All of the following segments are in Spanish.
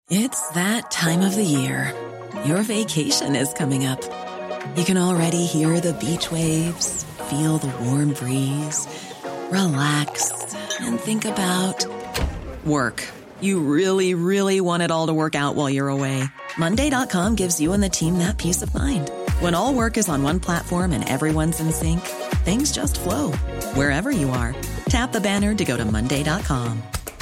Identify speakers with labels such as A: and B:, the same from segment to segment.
A: It's that time of the year. Your vacation is coming up. You can already hear the beach waves, feel the warm breeze, relax, and think about work. You really, really want it all to work out while you're away. Monday.com gives you and the team that peace of mind. When all work is on one platform and everyone's in sync, things just flow. Wherever you are, tap the banner to go to Monday.com.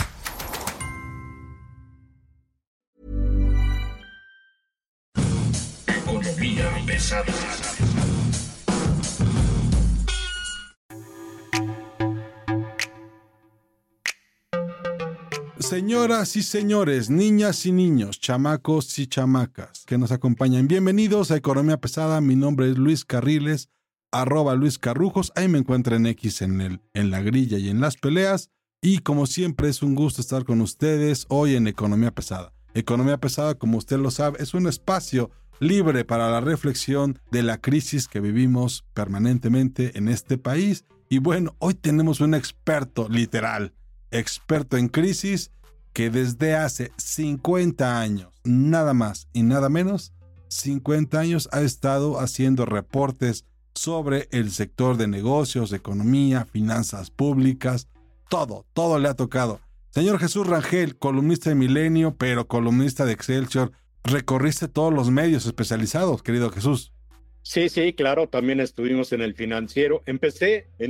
B: Economía pesada.
C: Señoras y señores, niñas y niños, chamacos y chamacas que nos acompañan, bienvenidos a Economía Pesada. Mi nombre es Luis Carriles, @Luis Carrujos. Ahí me encuentran X en la grilla y en las peleas. Y como siempre es un gusto estar con ustedes hoy en Economía Pesada. Economía Pesada, como usted lo sabe, es un espacio libre para la reflexión de la crisis que vivimos permanentemente en este país. Y bueno, hoy tenemos un experto, literal, experto en crisis, que desde hace 50 años, nada más y nada menos, 50 años ha estado haciendo reportes sobre el sector de negocios, economía, finanzas públicas, todo le ha tocado. Señor Jesús Rangel, columnista de Milenio, pero columnista de Excelsior, recorriste todos los medios especializados, querido Jesús.
D: Sí, claro, también estuvimos en El Financiero. Empecé en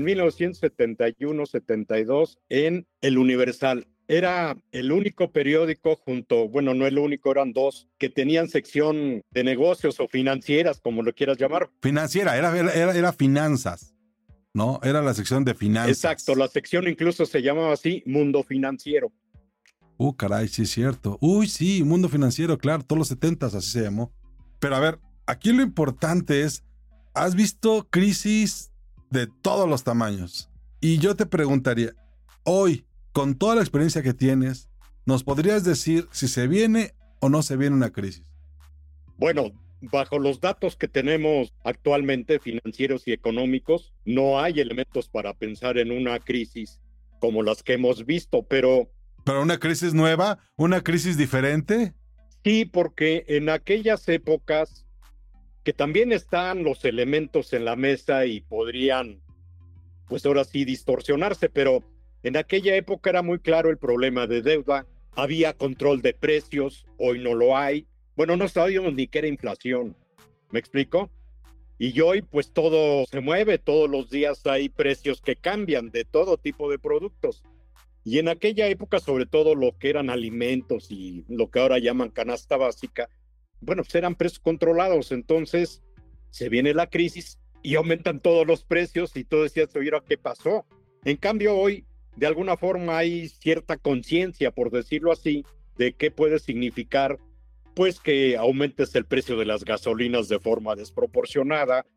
D: 1971-72 en El Universal. Era el único periódico no el único, eran dos, que tenían sección de negocios o financieras, como lo quieras llamar.
C: Financiera, era finanzas, ¿no? Era la sección de finanzas.
D: Exacto, la sección incluso se llamaba así, Mundo Financiero.
C: Caray, sí es cierto. Sí, Mundo Financiero, claro, todos los 70s así se llamó. Pero a ver, aquí lo importante es, has visto crisis de todos los tamaños. Y yo te preguntaría, hoy, con toda la experiencia que tienes, ¿nos podrías decir si se viene o no se viene una crisis?
D: Bueno, bajo los datos que tenemos actualmente, financieros y económicos, no hay elementos para pensar en una crisis como las que hemos visto, ¿Pero
C: una crisis nueva? ¿Una crisis diferente?
D: Sí, porque en aquellas épocas que también están los elementos en la mesa y podrían, pues ahora sí, distorsionarse, pero en aquella época era muy claro el problema de deuda, había control de precios, hoy no lo hay. Bueno, no sabíamos ni qué era inflación, ¿me explico? Y hoy pues todo se mueve, todos los días hay precios que cambian de todo tipo de productos. Y en aquella época, sobre todo lo que eran alimentos y lo que ahora llaman canasta básica, bueno, pues eran precios controlados. Entonces se viene la crisis y aumentan todos los precios y tú decías, oye, ¿qué pasó? En cambio hoy, de alguna forma hay cierta conciencia, por decirlo así, de qué puede significar pues que aumentes el precio de las gasolinas de forma desproporcionada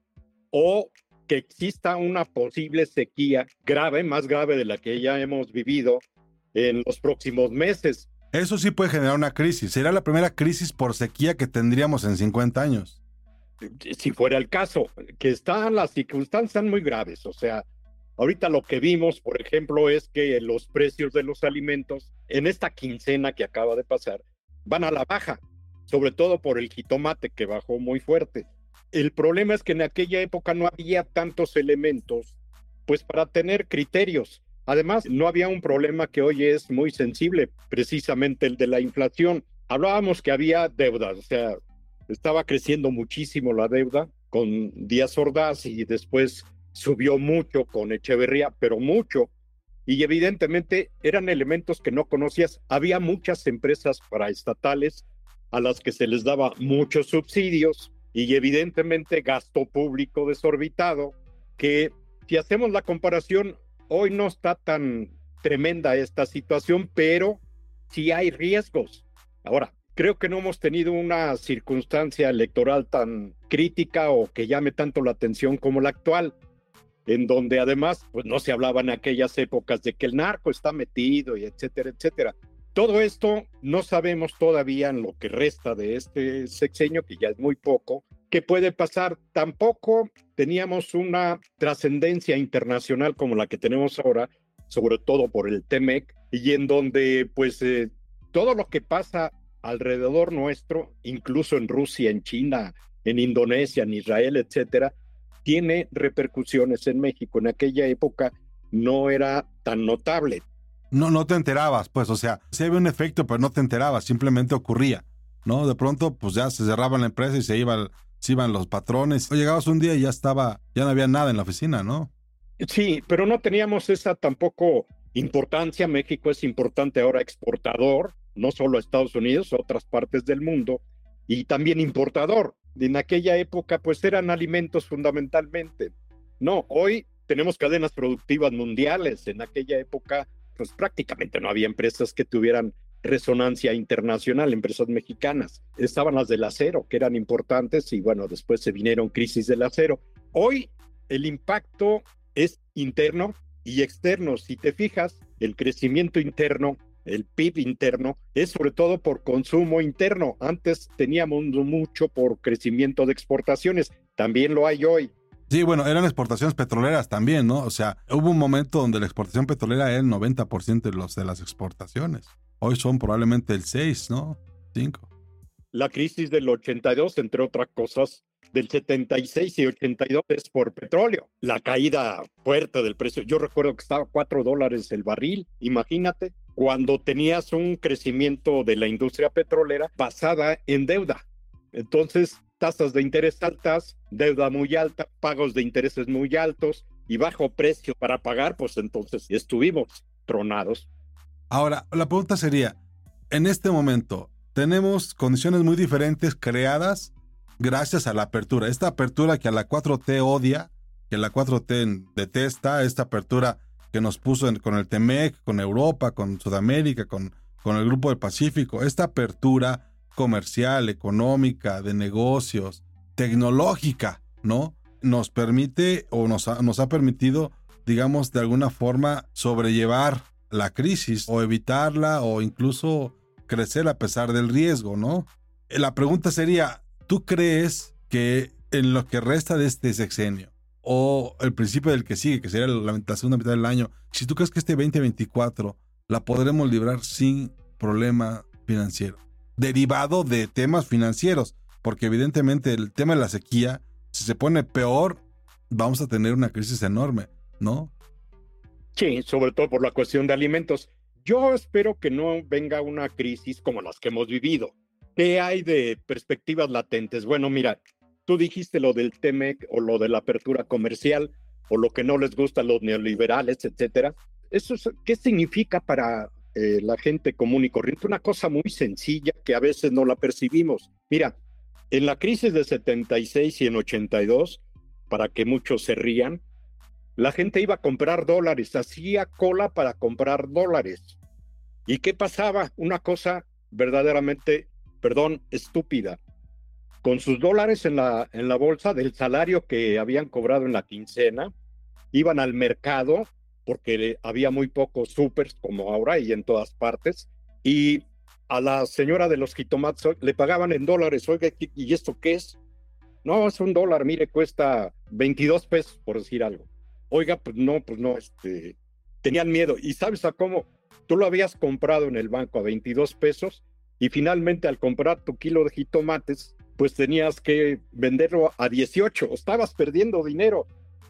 D: o que exista una posible sequía grave, más grave de la que ya hemos vivido en los próximos meses.
C: Eso sí puede generar una crisis. Sería la primera crisis por sequía que tendríamos en 50 años.
D: Si fuera el caso, las circunstancias están muy graves. O sea, ahorita lo que vimos, por ejemplo, es que los precios de los alimentos en esta quincena que acaba de pasar van a la baja, sobre todo por el jitomate que bajó muy fuerte. El problema es que en aquella época no había tantos elementos pues para tener criterios. Además, no había un problema que hoy es muy sensible, precisamente el de la inflación. Hablábamos que había deuda, o sea, estaba creciendo muchísimo la deuda con Díaz Ordaz y después subió mucho con Echeverría, pero mucho. Y evidentemente eran elementos que no conocías. Había muchas empresas paraestatales a las que se les daba muchos subsidios y evidentemente gasto público desorbitado, que si hacemos la comparación, hoy no está tan tremenda esta situación, pero sí hay riesgos. Ahora, creo que no hemos tenido una circunstancia electoral tan crítica o que llame tanto la atención como la actual, en donde además pues no se hablaba en aquellas épocas de que el narco está metido y etcétera, etcétera. Todo esto no sabemos todavía en lo que resta de este sexenio, que ya es muy poco, qué puede pasar. Tampoco teníamos una trascendencia internacional como la que tenemos ahora, sobre todo por el TEMEC, y en donde pues todo lo que pasa alrededor nuestro, incluso en Rusia, en China, en Indonesia, en Israel, etcétera, tiene repercusiones en México. En aquella época no era tan notable.
C: No te enterabas, pues, o sea, sí había un efecto, pero no te enterabas, simplemente ocurría, ¿no? De pronto, pues ya se cerraba la empresa y se iban los patrones. O llegabas un día y ya no había nada en la oficina, ¿no?
D: Sí, pero no teníamos esa tampoco importancia. México es importante ahora exportador, no solo a Estados Unidos, a otras partes del mundo, y también importador. En aquella época, pues eran alimentos fundamentalmente. No, hoy tenemos cadenas productivas mundiales. En aquella época, pues prácticamente no había empresas que tuvieran resonancia internacional, empresas mexicanas. Estaban las del acero, que eran importantes, y bueno, después se vinieron crisis del acero. Hoy el impacto es interno y externo. Si te fijas, el crecimiento interno, el PIB interno, es sobre todo por consumo interno. Antes teníamos mucho por crecimiento de exportaciones, también lo hay hoy.
C: Sí, bueno, eran exportaciones petroleras también, ¿no? O sea, hubo un momento donde la exportación petrolera era el 90% de las exportaciones. Hoy son probablemente el 6, ¿no? 5.
D: La crisis del 82, entre otras cosas, del 76 y 82 es por petróleo. La caída fuerte del precio. Yo recuerdo que estaba $4 el barril, imagínate, cuando tenías un crecimiento de la industria petrolera basada en deuda. Entonces, tasas de interés altas, deuda muy alta, pagos de intereses muy altos y bajo precio para pagar, pues entonces estuvimos tronados.
C: Ahora, la pregunta sería, en este momento, tenemos condiciones muy diferentes creadas gracias a la apertura. Esta apertura que a la 4T odia, que la 4T detesta, esta apertura que nos puso con el TEMEC, con Europa, con Sudamérica, con el Grupo del Pacífico, esta apertura comercial, económica, de negocios, tecnológica, ¿no? Nos permite o nos ha permitido, digamos, de alguna forma sobrellevar la crisis o evitarla o incluso crecer a pesar del riesgo, ¿no? La pregunta sería, ¿tú crees que en lo que resta de este sexenio o el principio del que sigue, que sería la segunda mitad del año, si tú crees que este 2024 la podremos librar sin problema financiero, derivado de temas financieros? Porque evidentemente el tema de la sequía, si se pone peor, vamos a tener una crisis enorme, ¿no?
D: Sí, sobre todo por la cuestión de alimentos. Yo espero que no venga una crisis como las que hemos vivido. ¿Qué hay de perspectivas latentes? Bueno, mira, tú dijiste lo del TEMEC o lo de la apertura comercial o lo que no les gusta a los neoliberales, etcétera. ¿Qué significa para la gente común y corriente? Una cosa muy sencilla que a veces no la percibimos. Mira, en la crisis de 76 y en 82, para que muchos se rían, la gente iba a comprar dólares, hacía cola para comprar dólares. ¿Y qué pasaba? Una cosa verdaderamente, estúpida. Con sus dólares en la bolsa del salario que habían cobrado en la quincena, iban al mercado, porque había muy pocos súpers como ahora y en todas partes, y a la señora de los jitomates le pagaban en dólares. Oiga, ¿y esto qué es? No, es $1, mire, cuesta 22 pesos, por decir algo. Oiga, pues no, tenían miedo. ¿Y sabes a cómo? Tú lo habías comprado en el banco a 22 pesos y finalmente al comprar tu kilo de jitomates, pues tenías que venderlo a 18. Estabas perdiendo dinero.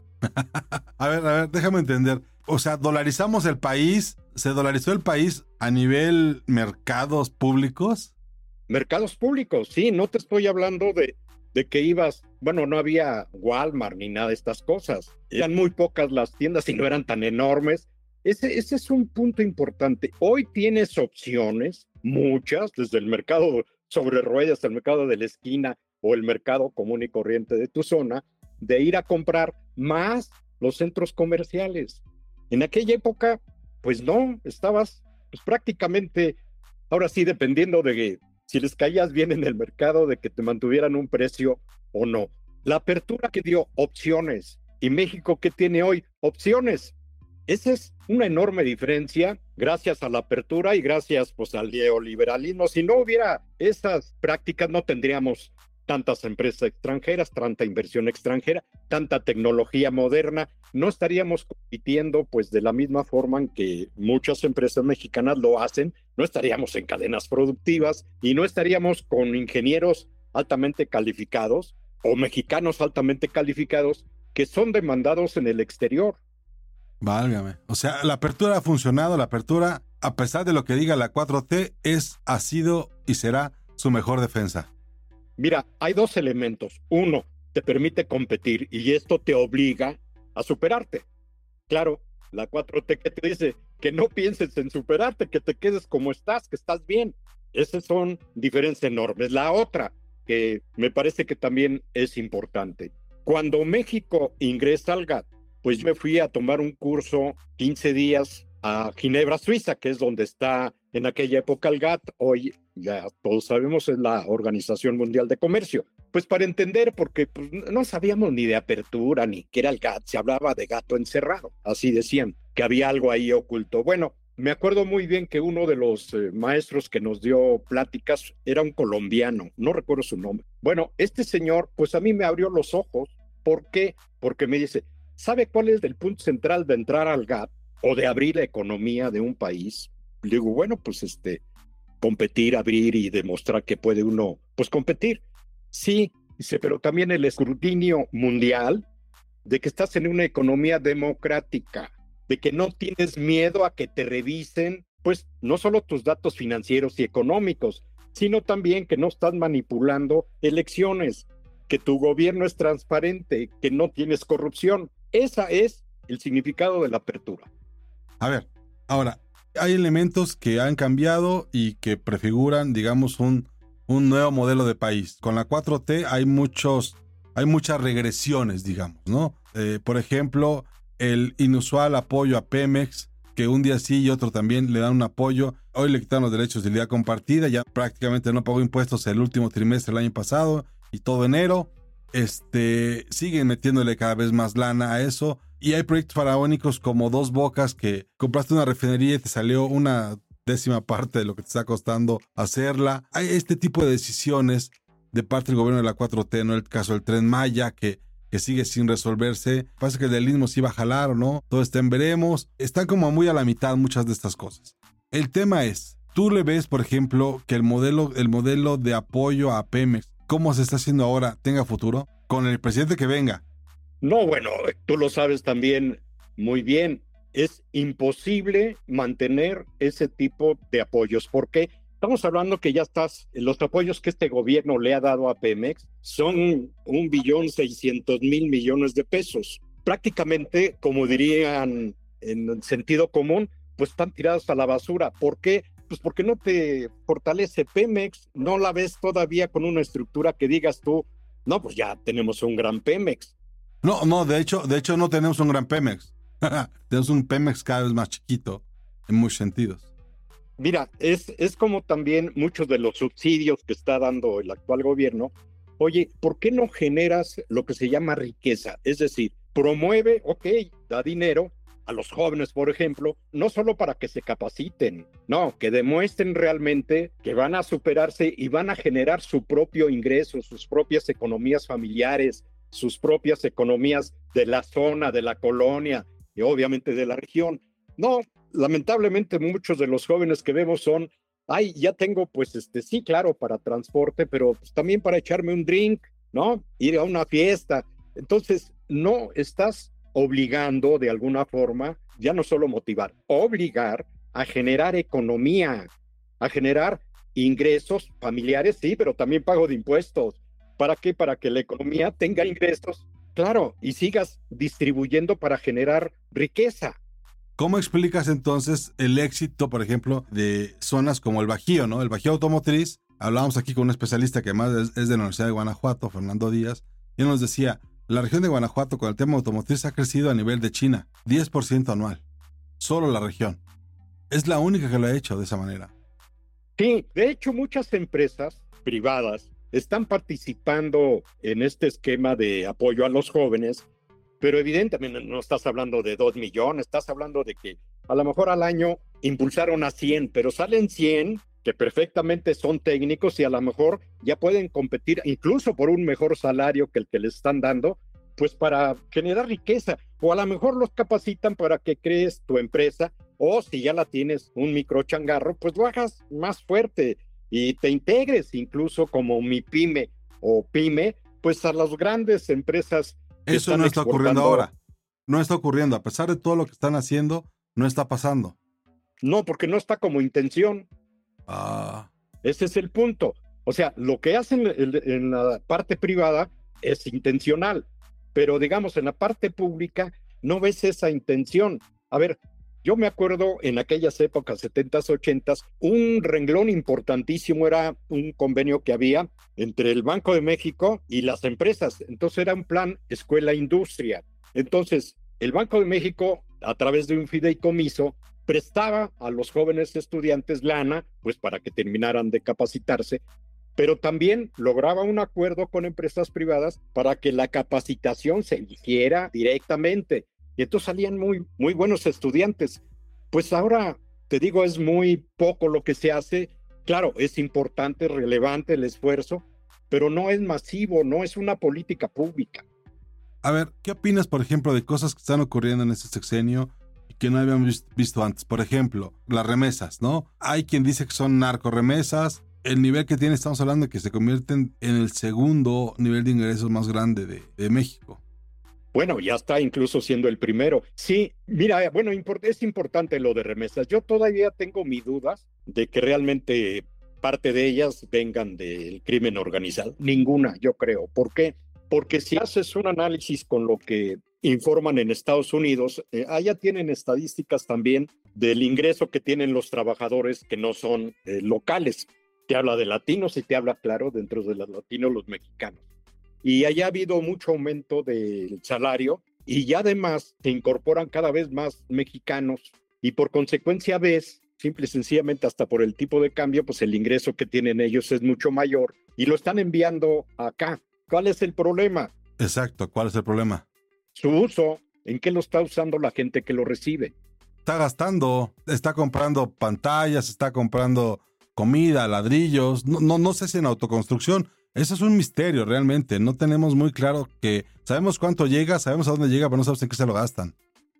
C: A ver, déjame entender. O sea, ¿dolarizamos el país? ¿Se dolarizó el país a nivel mercados públicos?
D: Mercados públicos, sí. No te estoy hablando de que ibas, bueno, no había Walmart ni nada de estas cosas. Eran muy pocas las tiendas y no eran tan enormes. Ese es un punto importante. Hoy tienes opciones, muchas, desde el mercado sobre ruedas, el mercado de la esquina o el mercado común y corriente de tu zona, de ir a comprar más los centros comerciales. En aquella época, pues no, estabas pues prácticamente, ahora sí, dependiendo de si les caías bien en el mercado, de que te mantuvieran un precio o no. La apertura que dio opciones, y México que tiene hoy opciones. Esa es una enorme diferencia gracias a la apertura y gracias pues al neoliberalismo. Si no hubiera esas prácticas, no tendríamos tantas empresas extranjeras, tanta inversión extranjera, tanta tecnología moderna. No estaríamos compitiendo pues de la misma forma en que muchas empresas mexicanas lo hacen no estaríamos en cadenas productivas y no estaríamos con ingenieros altamente calificados o mexicanos altamente calificados que son demandados en el exterior.
C: Válgame. O sea, la apertura ha funcionado, la apertura, a pesar de lo que diga la 4T, ha sido y será su mejor defensa.
D: Mira, hay dos elementos. Uno, te permite competir y esto te obliga a superarte. Claro, la 4T que te dice que no pienses en superarte, que te quedes como estás, que estás bien. Esas son diferencias enormes. La otra, que me parece que también es importante. Cuando México ingresa al GATT, pues yo me fui a tomar un curso 15 días a Ginebra, Suiza, que es donde está en aquella época el GATT. Hoy ya todos sabemos es la Organización Mundial de Comercio. Pues para entender, porque pues, no sabíamos ni de apertura, ni qué era el GATT, se hablaba de gato encerrado, así decían, que había algo ahí oculto. Bueno, me acuerdo muy bien que uno de los maestros que nos dio pláticas era un colombiano, no recuerdo su nombre. Bueno, este señor, pues a mí me abrió los ojos. ¿Por qué? Porque me dice, ¿sabe cuál es el punto central de entrar al GATT o de abrir la economía de un país? Le digo, bueno, pues competir, abrir y demostrar que puede uno, pues competir. Sí, dice, pero también el escrutinio mundial de que estás en una economía democrática, de que no tienes miedo a que te revisen, pues no solo tus datos financieros y económicos, sino también que no estás manipulando elecciones, que tu gobierno es transparente, que no tienes corrupción. Ese es el significado de la apertura.
C: A ver, ahora, hay elementos que han cambiado y que prefiguran, digamos, un nuevo modelo de país. Con la 4T hay muchas regresiones, digamos, ¿no? Por ejemplo, el inusual apoyo a Pemex, que un día sí y otro también le dan un apoyo. Hoy le quitaron los derechos de utilidad compartida, ya prácticamente no pagó impuestos el último trimestre del año pasado y todo enero. Siguen metiéndole cada vez más lana a eso. Y hay proyectos faraónicos como Dos Bocas, que compraste una refinería y te salió una 10ª parte de lo que te está costando hacerla. Hay este tipo de decisiones de parte del gobierno de la 4T, ¿no? El caso del Tren Maya, que sigue sin resolverse. Parece que el del Istmo sí va a jalar o no. Todo está en veremos. Están como muy a la mitad muchas de estas cosas. El tema es, tú le ves, por ejemplo, que el modelo de apoyo a Pemex, ¿cómo se está haciendo ahora, tenga futuro? Con el presidente que venga.
D: No, bueno, tú lo sabes también muy bien. Es imposible mantener ese tipo de apoyos. ¿Por qué? Estamos hablando que los apoyos que este gobierno le ha dado a Pemex son 1.600.000 millones de pesos. Prácticamente, como dirían en sentido común, pues están tirados a la basura. ¿Por qué? Pues porque no te fortalece Pemex, no la ves todavía con una estructura que digas tú, no, pues ya tenemos un gran Pemex.
C: No, de hecho no tenemos un gran Pemex. Tenemos un Pemex cada vez más chiquito, en muchos sentidos.
D: Mira, es como también muchos de los subsidios que está dando el actual gobierno. Oye, ¿por qué no generas lo que se llama riqueza? Es decir, promueve, da dinero a los jóvenes, por ejemplo, no solo para que se capaciten, no, que demuestren realmente que van a superarse y van a generar su propio ingreso, sus propias economías familiares, sus propias economías de la zona, de la colonia y obviamente de la región. No, lamentablemente muchos de los jóvenes que vemos son, ya tengo pues sí, claro, para transporte, pero pues, también para echarme un drink, ¿no? Ir a una fiesta. Entonces, no estás obligando de alguna forma, ya no solo motivar, obligar a generar economía, a generar ingresos familiares, sí, pero también pago de impuestos. ¿Para qué? Para que la economía tenga ingresos, claro, y sigas distribuyendo para generar riqueza.
C: ¿Cómo explicas entonces el éxito, por ejemplo, de zonas como el Bajío, ¿no? El Bajío automotriz. Hablábamos aquí con un especialista que además es de la Universidad de Guanajuato, Fernando Díaz, y él nos decía, la región de Guanajuato con el tema automotriz ha crecido a nivel de China, 10% anual. Solo la región. Es la única que lo ha hecho de esa manera.
D: Sí, de hecho muchas empresas privadas están participando en este esquema de apoyo a los jóvenes, pero evidentemente no estás hablando de 2 millones, estás hablando de que a lo mejor al año impulsaron a 100, pero salen 100 que perfectamente son técnicos y a lo mejor ya pueden competir incluso por un mejor salario que el que les están dando, pues para generar riqueza, o a lo mejor los capacitan para que crees tu empresa o si ya la tienes un microchangarro, pues lo hagas más fuerte y te integres incluso como MIPYME o PYME, pues a las grandes empresas que
C: Eso
D: están
C: no está ocurriendo
D: exportando.
C: ahora. No está ocurriendo. A pesar de todo lo que están haciendo, no está pasando.
D: No, porque no está como intención.
C: Ah,
D: Ese es el punto. O sea, lo que hacen en la parte privada es intencional, pero digamos en la parte pública no ves esa intención. A ver, yo me acuerdo en aquellas épocas, 70s, 80s, un renglón importantísimo era un convenio que había entre el Banco de México y las empresas. Entonces era un plan escuela-industria. Entonces, el Banco de México, a través de un fideicomiso, prestaba a los jóvenes estudiantes lana, pues para que terminaran de capacitarse, pero también lograba un acuerdo con empresas privadas para que la capacitación se hiciera directamente. Y entonces salían muy, muy buenos estudiantes. Pues ahora, te digo, es muy poco lo que se hace. Claro, es importante, relevante el esfuerzo, pero no es masivo, no es una política pública.
C: a ver, ¿qué opinas, por ejemplo, de cosas que están ocurriendo en este sexenio y que no habíamos visto antes? Por ejemplo, las remesas, ¿no? Hay quien dice que son narcoremesas. El nivel que tiene, estamos hablando de que se convierten en el segundo nivel de ingresos más grande de México.
D: Bueno, ya está incluso siendo el primero. Sí, mira, bueno, es importante lo de remesas. Yo todavía tengo mis dudas de que realmente parte de ellas vengan del crimen organizado. Ninguna, yo creo. ¿Por qué? Porque si haces un análisis con lo que informan en Estados Unidos, allá tienen estadísticas también del ingreso que tienen los trabajadores que no son locales. Te habla de latinos y te habla, claro, dentro de los latinos, los mexicanos. Y allá ha habido mucho aumento del salario y ya además se incorporan cada vez más mexicanos y por consecuencia ves, simple y sencillamente hasta por el tipo de cambio, pues el ingreso que tienen ellos es mucho mayor y lo están enviando acá. ¿Cuál es el problema?
C: Exacto, ¿cuál es el problema?
D: Su uso. ¿En qué lo está usando la gente que lo recibe?
C: Está gastando, está comprando pantallas, está comprando comida, ladrillos, no sé si en autoconstrucción. Eso es un misterio realmente, no tenemos muy claro que sabemos cuánto llega, sabemos a dónde llega, pero no sabemos en qué se lo gastan.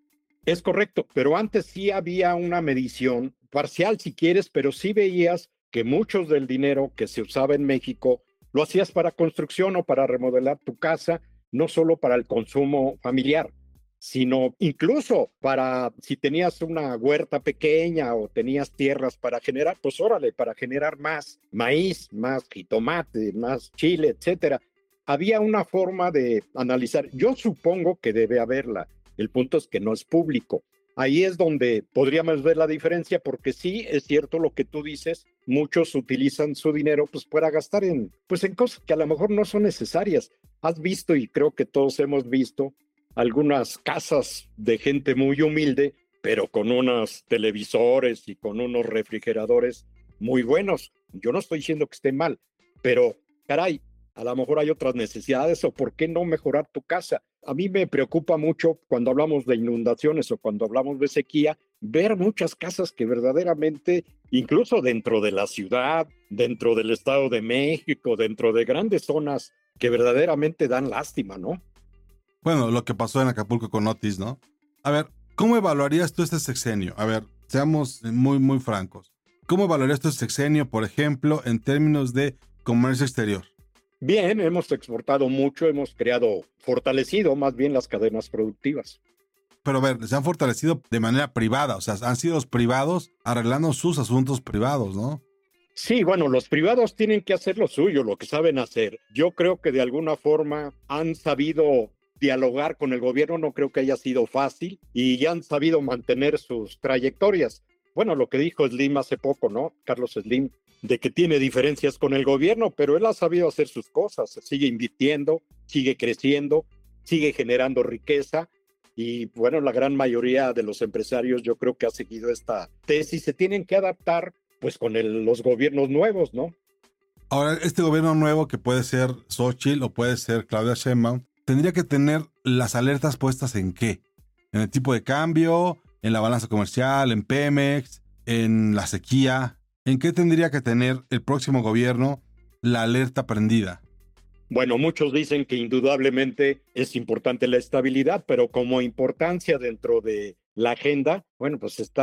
D: Es correcto, pero antes sí había una medición parcial si quieres, pero sí veías que muchos del dinero que se usaba en México lo hacías para construcción o para remodelar tu casa, no solo para el consumo familiar, sino incluso para si tenías una huerta pequeña o tenías tierras para generar, pues órale, para generar más maíz, más jitomate, más chile, etcétera. Había una forma de analizar. Yo supongo que debe haberla. El punto es que no es público. Ahí es donde podríamos ver la diferencia, porque sí es cierto lo que tú dices, muchos utilizan su dinero pues para gastar en cosas que a lo mejor no son necesarias. Has visto, y creo que todos hemos visto, algunas casas de gente muy humilde, pero con unos televisores y con unos refrigeradores muy buenos. Yo no estoy diciendo que esté mal, pero caray, a lo mejor hay otras necesidades o por qué no mejorar tu casa. A mí me preocupa mucho cuando hablamos de inundaciones o cuando hablamos de sequía, ver muchas casas que verdaderamente, incluso dentro de la ciudad, dentro del Estado de México, dentro de grandes zonas que verdaderamente dan lástima, ¿no?
C: Bueno, lo que pasó en Acapulco con Otis, ¿no? A ver, ¿cómo evaluarías tú este sexenio? A ver, seamos muy francos. ¿Cómo evaluarías tú este sexenio, por ejemplo, en términos de comercio exterior?
D: Bien, hemos exportado mucho, hemos fortalecido más bien las cadenas productivas.
C: Pero a ver, se han fortalecido de manera privada, o sea, han sido los privados arreglando sus asuntos privados, ¿no?
D: Sí, bueno, los privados tienen que hacer lo suyo, lo que saben hacer. Yo creo que de alguna forma han sabido dialogar con el gobierno, no creo que haya sido fácil, y ya han sabido mantener sus trayectorias. Bueno, lo que dijo Slim hace poco, ¿no? Carlos Slim, de que tiene diferencias con el gobierno, pero él ha sabido hacer sus cosas, sigue invirtiendo, sigue creciendo, sigue generando riqueza, y bueno, la gran mayoría de los empresarios yo creo que ha seguido esta tesis, se tienen que adaptar pues con los gobiernos nuevos, ¿no?
C: Ahora, este gobierno nuevo, que puede ser Xóchitl o puede ser Claudia Sheinbaum, tendría que tener las alertas puestas ¿en qué? En el tipo de cambio, en la balanza comercial, en Pemex, en la sequía. ¿En qué tendría que tener el próximo gobierno la alerta prendida?
D: Bueno, muchos dicen que indudablemente es importante la estabilidad, pero como importancia dentro de la agenda, bueno, pues está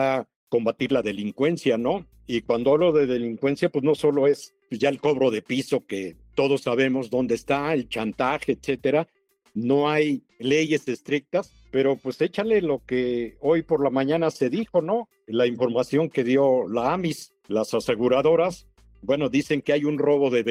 D: combatir la delincuencia, ¿no? Y cuando hablo de delincuencia, pues no solo es ya el cobro de piso, que todos sabemos dónde está, el chantaje, etcétera. No hay leyes estrictas, pero pues échale lo que hoy por la mañana se dijo, ¿no? La información que dio la AMIS, las aseguradoras, bueno, dicen que hay un robo de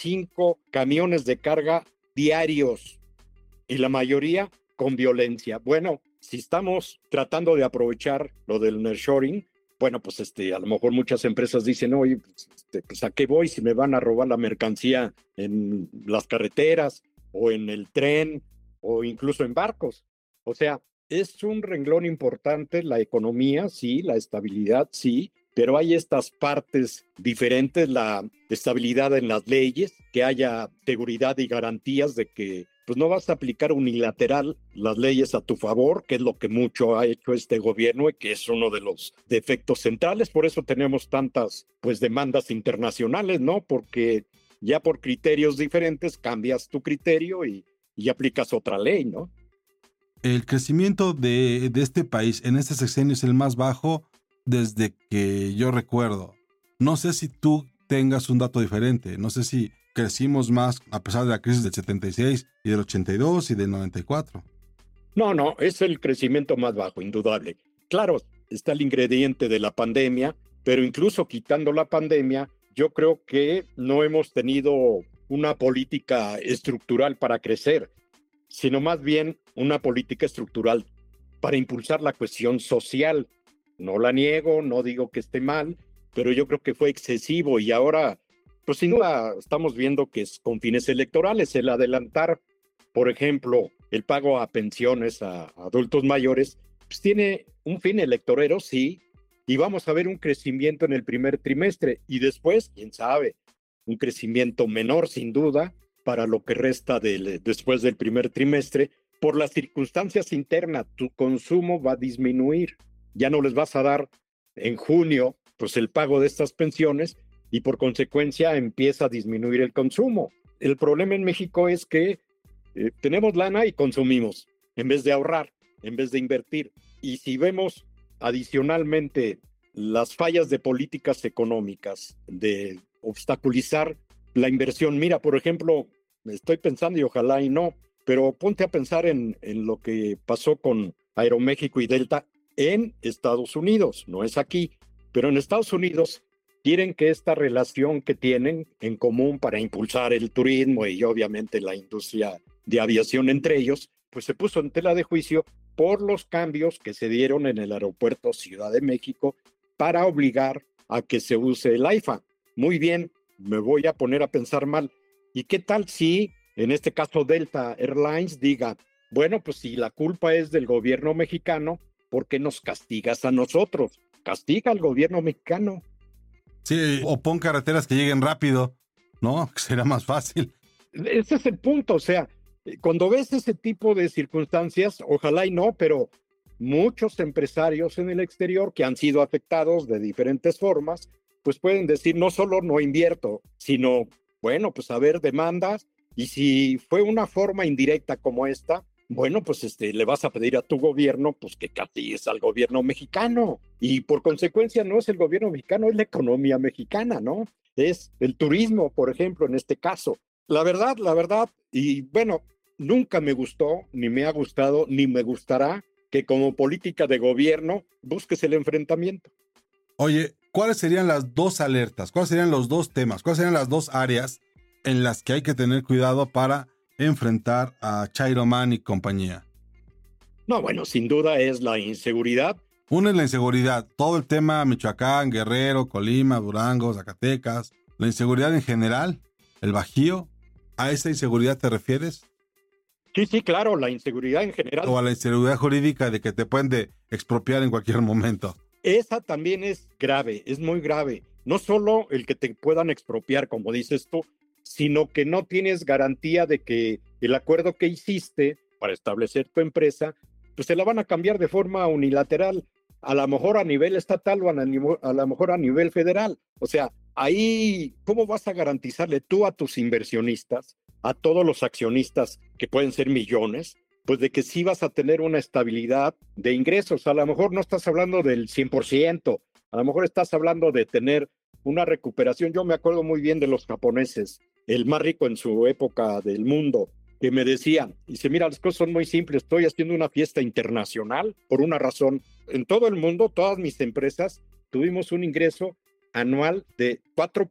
D: 25 camiones de carga diarios y la mayoría con violencia. Bueno, si estamos tratando de aprovechar lo del nearshoring, bueno, pues a lo mejor muchas empresas dicen, oye, pues ¿a qué voy si me van a robar la mercancía en las carreteras o en el tren o incluso en barcos? O sea, es un renglón importante la economía, sí, la estabilidad, sí, pero hay estas partes diferentes, la estabilidad en las leyes, que haya seguridad y garantías de que pues no vas a aplicar unilateral las leyes a tu favor, que es lo que mucho ha hecho este gobierno y que es uno de los defectos centrales. Por eso tenemos tantas pues demandas internacionales, ¿no? Porque ya por criterios diferentes cambias tu criterio y aplicas otra ley, ¿no?
C: El crecimiento de este país en este sexenio es el más bajo desde que yo recuerdo. No sé si tú tengas un dato diferente, no sé si crecimos más a pesar de la crisis del 76 y del 82 y del 94.
D: No, es el crecimiento más bajo, indudable. Claro, está el ingrediente de la pandemia, pero incluso quitando la pandemia, yo creo que no hemos tenido una política estructural para crecer, sino más bien una política estructural para impulsar la cuestión social. No la niego, no digo que esté mal, pero yo creo que fue excesivo y ahora, pues sin duda estamos viendo que es con fines electorales el adelantar, por ejemplo, el pago a pensiones a adultos mayores, pues tiene un fin electorero, sí, y vamos a ver un crecimiento en el primer trimestre y después, quién sabe, un crecimiento menor sin duda para lo que resta después del primer trimestre. Por las circunstancias internas, tu consumo va a disminuir. Ya no les vas a dar en junio pues el pago de estas pensiones y por consecuencia empieza a disminuir el consumo. El problema en México es que tenemos lana y consumimos en vez de ahorrar, en vez de invertir. Y si vemos adicionalmente las fallas de políticas económicas, de obstaculizar la inversión. Mira, por ejemplo, estoy pensando y ojalá y no, pero ponte a pensar en lo que pasó con Aeroméxico y Delta en Estados Unidos, no es aquí, pero en Estados Unidos quieren que esta relación que tienen en común para impulsar el turismo y obviamente la industria de aviación entre ellos, pues se puso en tela de juicio por los cambios que se dieron en el aeropuerto Ciudad de México para obligar a que se use el AIFA. Muy bien, me voy a poner a pensar mal. ¿Y qué tal si, en este caso Delta Airlines, diga, bueno, pues si la culpa es del gobierno mexicano, ¿por qué nos castigas a nosotros? Castiga al gobierno mexicano.
C: Sí, o pon carreteras que lleguen rápido, ¿no? Será más fácil.
D: Ese es el punto, o sea, cuando ves ese tipo de circunstancias, ojalá y no, pero muchos empresarios en el exterior que han sido afectados de diferentes formas, pues pueden decir, no solo no invierto, sino, bueno, pues a ver demandas, y si fue una forma indirecta como esta, bueno, pues le vas a pedir a tu gobierno pues que castigues al gobierno mexicano, y por consecuencia no es el gobierno mexicano, es la economía mexicana, ¿no? Es el turismo, por ejemplo, en este caso. La verdad, y bueno, nunca me gustó, ni me ha gustado, ni me gustará que como política de gobierno busques el enfrentamiento.
C: Oye, ¿cuáles serían las dos alertas? ¿Cuáles serían los dos temas? ¿Cuáles serían las dos áreas en las que hay que tener cuidado para enfrentar a Chairo Man y compañía?
D: No, bueno, sin duda es la inseguridad.
C: Una es la inseguridad, todo el tema Michoacán, Guerrero, Colima, Durango, Zacatecas, la inseguridad en general, el Bajío. ¿A esa inseguridad te refieres?
D: Sí, claro, la inseguridad en general.
C: O a la inseguridad jurídica de que te pueden expropiar en cualquier momento.
D: Esa también es grave, es muy grave. No solo el que te puedan expropiar, como dices tú, sino que no tienes garantía de que el acuerdo que hiciste para establecer tu empresa, pues te la van a cambiar de forma unilateral, a lo mejor a nivel estatal o a lo mejor a nivel federal. O sea, ahí, ¿cómo vas a garantizarle tú a tus inversionistas, a todos los accionistas, que pueden ser millones, pues de que sí vas a tener una estabilidad de ingresos. A lo mejor no estás hablando del 100%, a lo mejor estás hablando de tener una recuperación. Yo me acuerdo muy bien de los japoneses, el más rico en su época del mundo, que me decía, dice, mira, las cosas son muy simples, estoy haciendo una fiesta internacional por una razón. En todo el mundo, todas mis empresas, tuvimos un ingreso anual de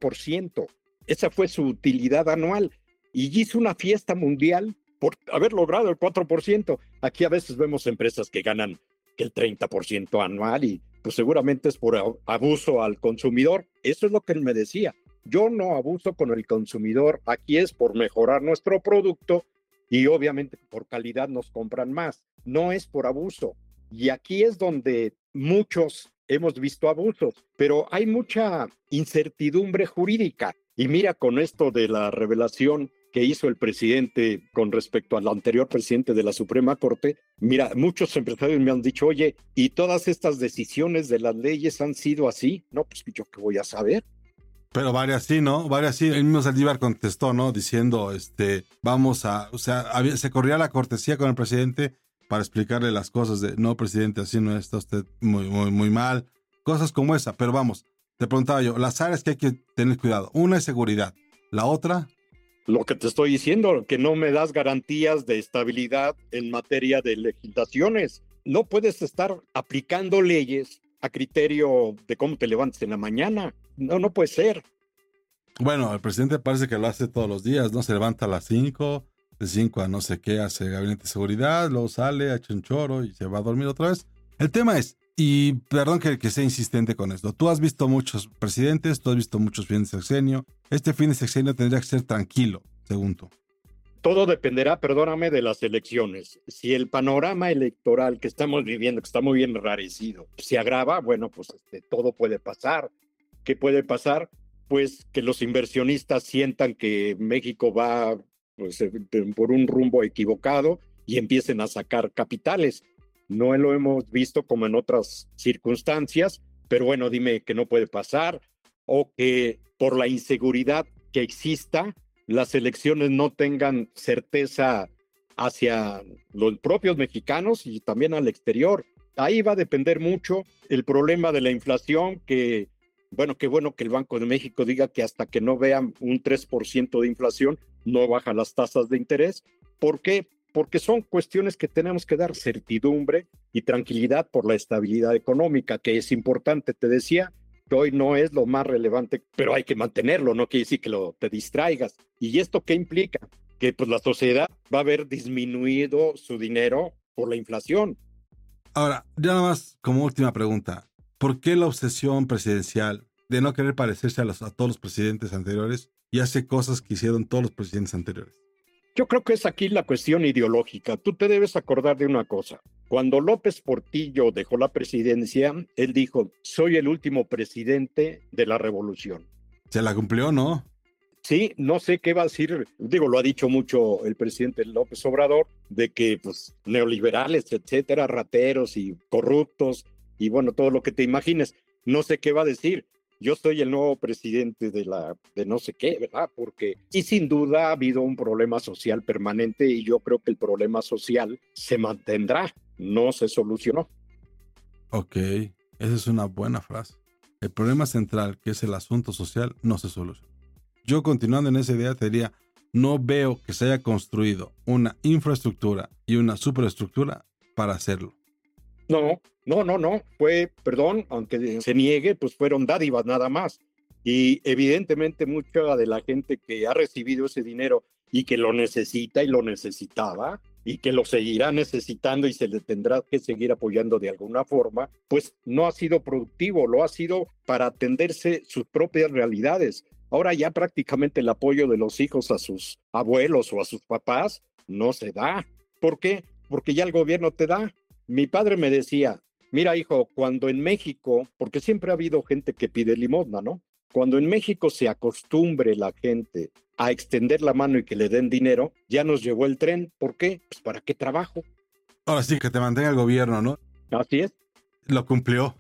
D: 4%. Esa fue su utilidad anual. Y hizo una fiesta mundial por haber logrado el 4%. Aquí a veces vemos empresas que ganan el 30% anual y pues seguramente es por abuso al consumidor. Eso es lo que él me decía. Yo no abuso con el consumidor, aquí es por mejorar nuestro producto y obviamente por calidad nos compran más. No es por abuso. Y aquí es donde muchos hemos visto abusos, pero hay mucha incertidumbre jurídica. Y mira, con esto de la revelación que hizo el presidente con respecto al anterior presidente de la Suprema Corte, mira, muchos empresarios me han dicho, oye, ¿y todas estas decisiones de las leyes han sido así? No, pues yo qué voy a saber.
C: Pero varias sí, ¿no? Varias sí. El mismo Saldívar contestó, ¿no? Diciendo, vamos a... O sea, se corría la cortesía con el presidente para explicarle las cosas de, no, presidente, así no está usted muy mal. Cosas como esa. Pero vamos, te preguntaba yo, las áreas que hay que tener cuidado. Una es seguridad. La otra...
D: Lo que te estoy diciendo, que no me das garantías de estabilidad en materia de legislaciones. No puedes estar aplicando leyes a criterio de cómo te levantes en la mañana. No puede ser.
C: Bueno, el presidente parece que lo hace todos los días, ¿no? Se levanta a las 5, de 5 a no sé qué, hace gabinete de seguridad, luego sale, echa un choro y se va a dormir otra vez. El tema es, y perdón que sea insistente con esto, tú has visto muchos presidentes, tú has visto muchos fines de sexenio. Este fin de sexenio tendría que ser tranquilo, según tú.
D: Todo dependerá, perdóname, de las elecciones. Si el panorama electoral que estamos viviendo, que está muy bien enrarecido, se agrava, bueno, pues todo puede pasar. ¿Qué puede pasar? Pues que los inversionistas sientan que México va pues, por un rumbo equivocado y empiecen a sacar capitales. No lo hemos visto como en otras circunstancias, pero bueno, dime que no puede pasar, o que por la inseguridad que exista, las elecciones no tengan certeza hacia los propios mexicanos y también al exterior. Ahí va a depender mucho el problema de la inflación, que bueno, qué bueno que el Banco de México diga que hasta que no vean un 3% de inflación, no baja las tasas de interés. ¿Por qué? Porque son cuestiones que tenemos que dar certidumbre y tranquilidad por la estabilidad económica, que es importante. Te decía que hoy no es lo más relevante, pero hay que mantenerlo, no quiere decir que te distraigas. ¿Y esto qué implica? Que pues la sociedad va a haber disminuido su dinero por la inflación.
C: Ahora, ya nada más como última pregunta. ¿Por qué la obsesión presidencial de no querer parecerse a todos los presidentes anteriores y hace cosas que hicieron todos los presidentes anteriores?
D: Yo creo que es aquí la cuestión ideológica. Tú te debes acordar de una cosa. Cuando López Portillo dejó la presidencia, él dijo, soy el último presidente de la revolución.
C: Se la cumplió, ¿no?
D: Sí, no sé qué va a decir, digo, lo ha dicho mucho el presidente López Obrador, de que pues neoliberales, etcétera, rateros y corruptos, y bueno, todo lo que te imagines. No sé qué va a decir. Yo soy el nuevo presidente de no sé qué, ¿verdad? Porque sí, sin duda ha habido un problema social permanente y yo creo que el problema social se mantendrá, no se solucionó.
C: Ok, esa es una buena frase. El problema central, que es el asunto social, no se soluciona. Yo, continuando en esa idea, te diría, no veo que se haya construido una infraestructura y una superestructura para hacerlo.
D: No. Fue, perdón, aunque se niegue, pues fueron dádivas nada más. Y evidentemente mucha de la gente que ha recibido ese dinero y que lo necesita y lo necesitaba y que lo seguirá necesitando y se le tendrá que seguir apoyando de alguna forma, pues no ha sido productivo, lo ha sido para atenderse sus propias realidades. Ahora ya prácticamente el apoyo de los hijos a sus abuelos o a sus papás no se da. ¿Por qué? Porque ya el gobierno te da. Mi padre me decía, mira hijo, cuando en México, porque siempre ha habido gente que pide limosna, ¿no? Cuando en México se acostumbre la gente a extender la mano y que le den dinero, ya nos llevó el tren. ¿Por qué? Pues ¿para qué trabajo?
C: Ahora sí, que te mantenga el gobierno, ¿no?
D: Así es.
C: lo cumplió.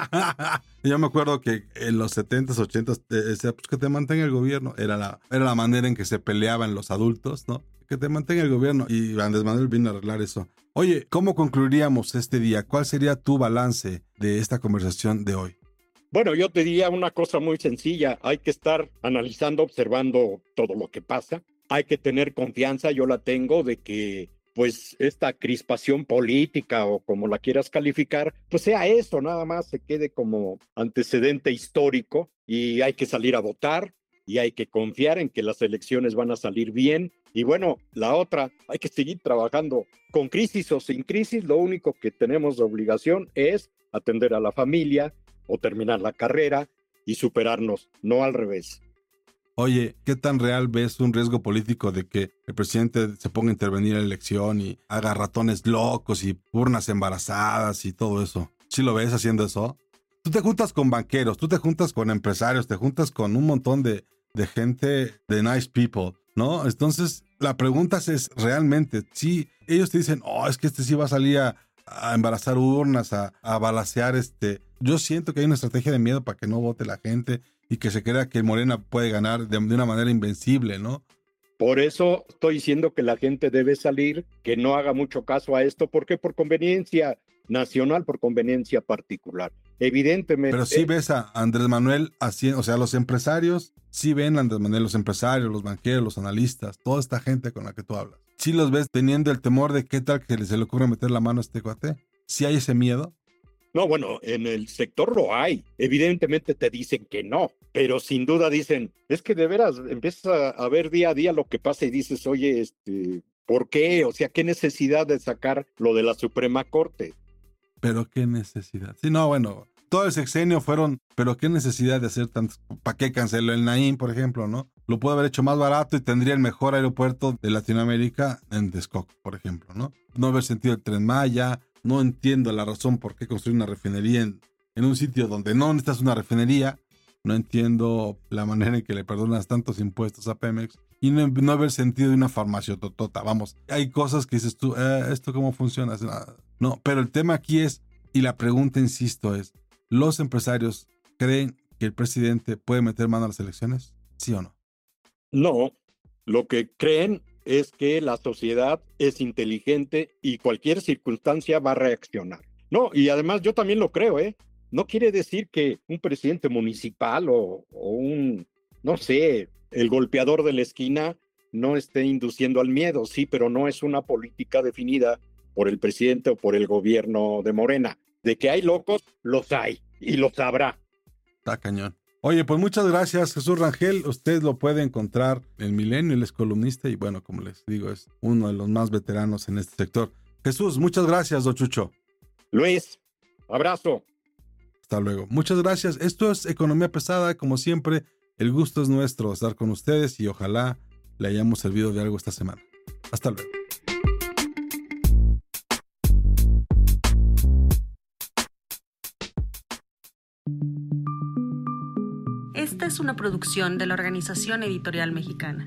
C: Yo me acuerdo que en los 70s, 80s decía, pues que te mantenga el gobierno. Era la manera en que se peleaban los adultos, ¿no? Que te mantenga el gobierno. Y Andrés Manuel vino a arreglar eso. Oye, ¿cómo concluiríamos este día? ¿Cuál sería tu balance de esta conversación de hoy?
D: Bueno, yo te diría una cosa muy sencilla. Hay que estar analizando, observando todo lo que pasa. Hay que tener confianza, yo la tengo, de que pues esta crispación política o como la quieras calificar, pues sea eso, nada más se quede como antecedente histórico y hay que salir a votar y hay que confiar en que las elecciones van a salir bien. Y bueno, la otra, hay que seguir trabajando con crisis o sin crisis. Lo único que tenemos de obligación es atender a la familia o terminar la carrera y superarnos, no al revés.
C: Oye, ¿qué tan real ves un riesgo político de que el presidente se ponga a intervenir en la elección y haga ratones locos y urnas embarazadas y todo eso? ¿Sí lo ves haciendo eso? Tú te juntas con banqueros, tú te juntas con empresarios, te juntas con un montón de gente, de nice people, ¿no? Entonces, la pregunta es realmente, si ellos te dicen, es que sí va a salir a embarazar urnas, a balacear, yo siento que hay una estrategia de miedo para que no vote la gente y que se crea que Morena puede ganar de una manera invencible, ¿no?
D: Por eso estoy diciendo que la gente debe salir, que no haga mucho caso a esto, porque por conveniencia nacional, por conveniencia particular. Evidentemente.
C: Pero sí ves a Andrés Manuel haciendo, o sea, los empresarios, sí ven a Andrés Manuel, los empresarios, los banqueros, los analistas, toda esta gente con la que tú hablas. Sí los ves teniendo el temor de qué tal que se le ocurre meter la mano a este cuate. ¿Sí hay ese miedo?
D: No, bueno, en el sector lo hay. Evidentemente te dicen que no, pero sin duda dicen, es que de veras empiezas a ver día a día lo que pasa y dices, oye, ¿por qué? O sea, ¿qué necesidad de sacar lo de la Suprema Corte?
C: Pero qué necesidad. Sí, no, bueno, todo el sexenio fueron, pero qué necesidad de hacer tanto. ¿Para qué canceló el Naim, por ejemplo, no? Lo pudo haber hecho más barato y tendría el mejor aeropuerto de Latinoamérica en Texcoco, por ejemplo, ¿no? No haber sentido el Tren Maya. No entiendo la razón por qué construir una refinería en un sitio donde no necesitas una refinería. No entiendo la manera en que le perdonas tantos impuestos a Pemex. Y no haber sentido de una farmaciototota. Vamos, hay cosas que dices tú, ¿esto cómo funciona? No, pero el tema aquí es, y la pregunta, insisto, es, ¿los empresarios creen que el presidente puede meter mano a las elecciones? ¿Sí o no?
D: No, lo que creen es que la sociedad es inteligente y cualquier circunstancia va a reaccionar. No, y además yo también lo creo, No quiere decir que un presidente municipal o un, no sé, el golpeador de la esquina no esté induciendo al miedo, sí, pero no es una política definida por el presidente o por el gobierno de Morena. De que hay locos, los hay y los habrá.
C: Está cañón. Oye, pues muchas gracias, Jesús Rangel. Usted lo puede encontrar en Milenio, él es columnista y bueno, como les digo, es uno de los más veteranos en este sector. Jesús, muchas gracias, don Chucho.
D: Luis, abrazo.
C: Hasta luego. Muchas gracias. Esto es Economía Pesada. Como siempre, el gusto es nuestro estar con ustedes y ojalá le hayamos servido de algo esta semana. Hasta luego.
E: Esta es una producción de la Organización Editorial Mexicana.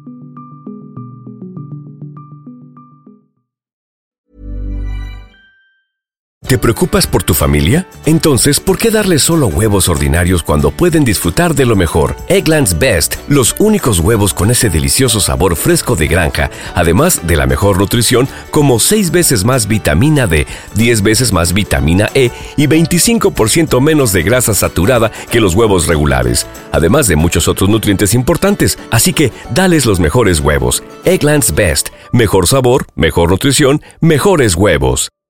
F: ¿Te preocupas por tu familia? Entonces, ¿por qué darles solo huevos ordinarios cuando pueden disfrutar de lo mejor? Eggland's Best, los únicos huevos con ese delicioso sabor fresco de granja, además de la mejor nutrición, como 6 veces más vitamina D, 10 veces más vitamina E y 25% menos de grasa saturada que los huevos regulares, además de muchos otros nutrientes importantes. Así que, dales los mejores huevos. Eggland's Best, mejor sabor, mejor nutrición, mejores huevos.